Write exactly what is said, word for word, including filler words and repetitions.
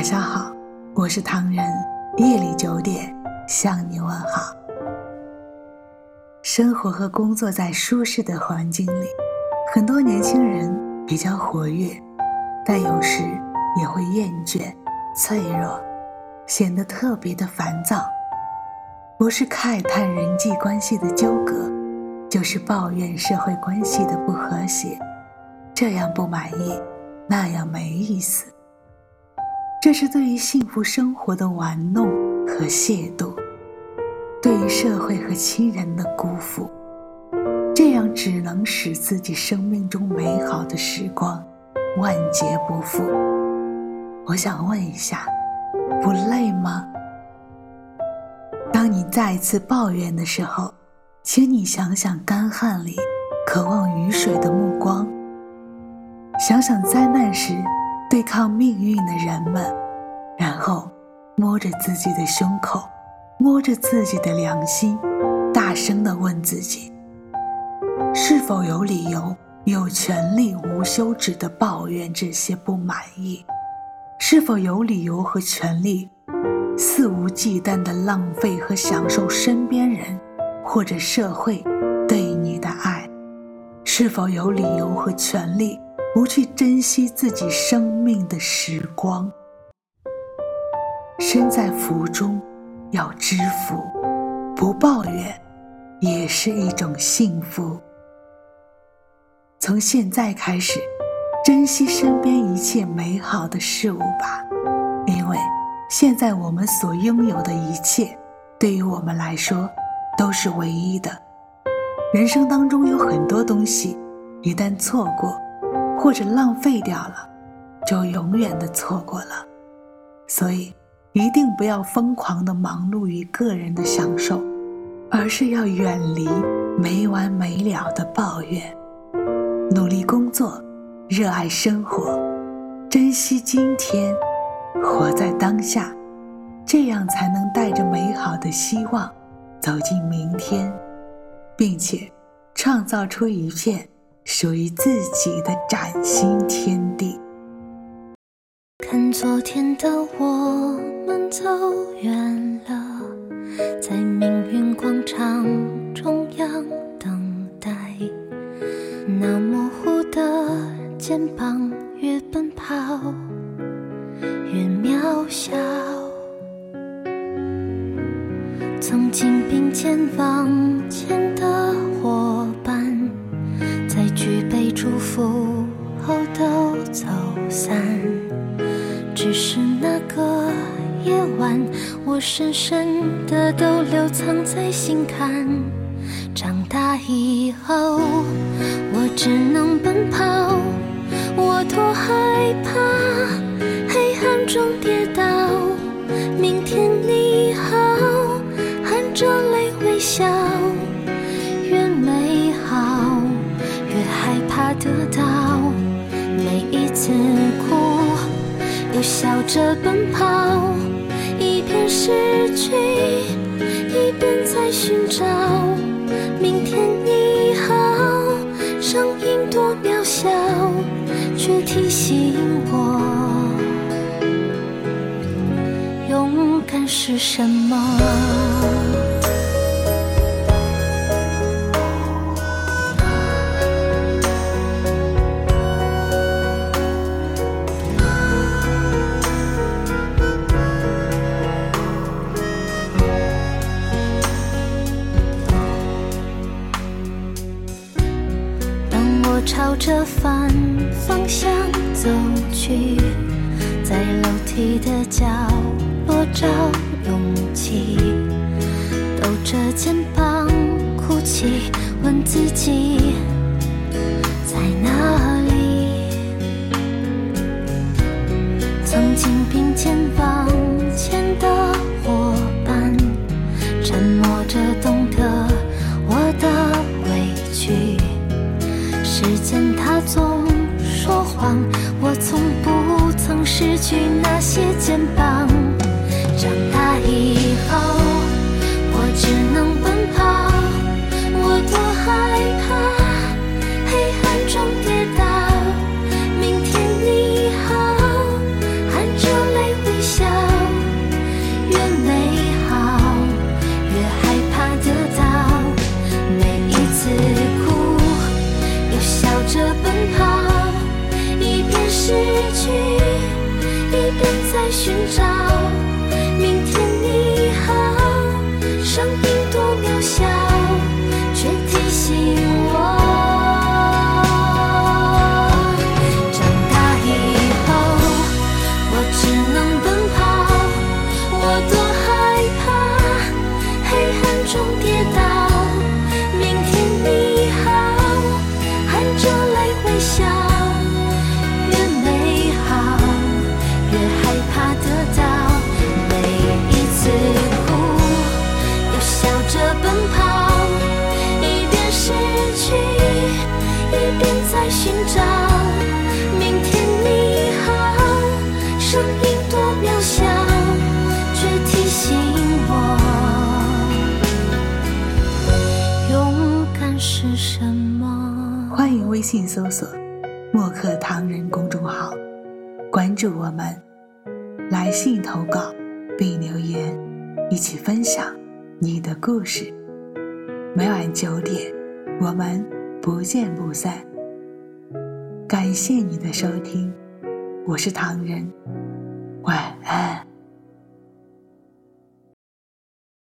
晚上好，我是唐人，夜里九点向你问好。生活和工作在舒适的环境里，很多年轻人比较活跃，但有时也会厌倦、脆弱，显得特别的烦躁。不是慨叹人际关系的纠葛，就是抱怨社会关系的不和谐，这样不满意，那样没意思。这是对于幸福生活的玩弄和亵渎，对于社会和亲人的辜负，这样只能使自己生命中美好的时光万劫不复。我想问一下，不累吗？当你再次抱怨的时候，请你想想干旱里渴望雨水的目光，想想灾难时对抗命运的人们，然后摸着自己的胸口，摸着自己的良心，大声地问自己，是否有理由、有权利无休止地抱怨这些不满意？是否有理由和权利肆无忌惮地浪费和享受身边人或者社会对你的爱？是否有理由和权利不去珍惜自己生命的时光？身在福中要知福，不抱怨也是一种幸福。从现在开始，珍惜身边一切美好的事物吧，因为现在我们所拥有的一切，对于我们来说都是唯一的。人生当中有很多东西，一旦错过或者浪费掉了，就永远的错过了。所以一定不要疯狂地忙碌于个人的享受，而是要远离没完没了的抱怨，努力工作，热爱生活，珍惜今天，活在当下，这样才能带着美好的希望走进明天，并且创造出一片属于自己的崭新天地。 看昨天的我们走远了，在命运广场中央等待，那模糊的肩膀越奔跑越渺小，曾经并肩往前的伙伴，在举杯祝福后都走散，只是那个夜晚，我深深的都留藏在心坎。长大以后，我只能奔跑，我多害怕黑暗中跌倒。明天你好，含着泪微笑，越美好越害怕得到，每一次哭又笑着奔跑，一边失去一边在寻找。明天你好，声音多渺小，却提醒我勇敢是什么。朝着反方向走去，在楼梯的角落找勇气，抖着肩膀哭泣，问自己在哪里。曾经并肩往前的伙伴，沉默着懂得我的委屈，时间它总说谎，我从不曾失去那些肩膀。长大以后，我只能奔跑，我多害怕黑暗中跌倒。明天你好，含着泪微寻找。明天你好，声音多渺小，却提醒我。长大以后，我只能奔跑，我多害怕黑暗中跌倒。明天你好，含着泪微笑，越美好越害怕得到。每一次哭又笑着奔跑，一边失去一边在寻找。明天你好，声音多渺小，却提醒我勇敢是什么。 欢迎微信搜索墨客唐人公众号，关注我们，来信投稿并留言，一起分享你的故事。每晚九点，我们不见不散。感谢你的收听，我是唐人，晚安。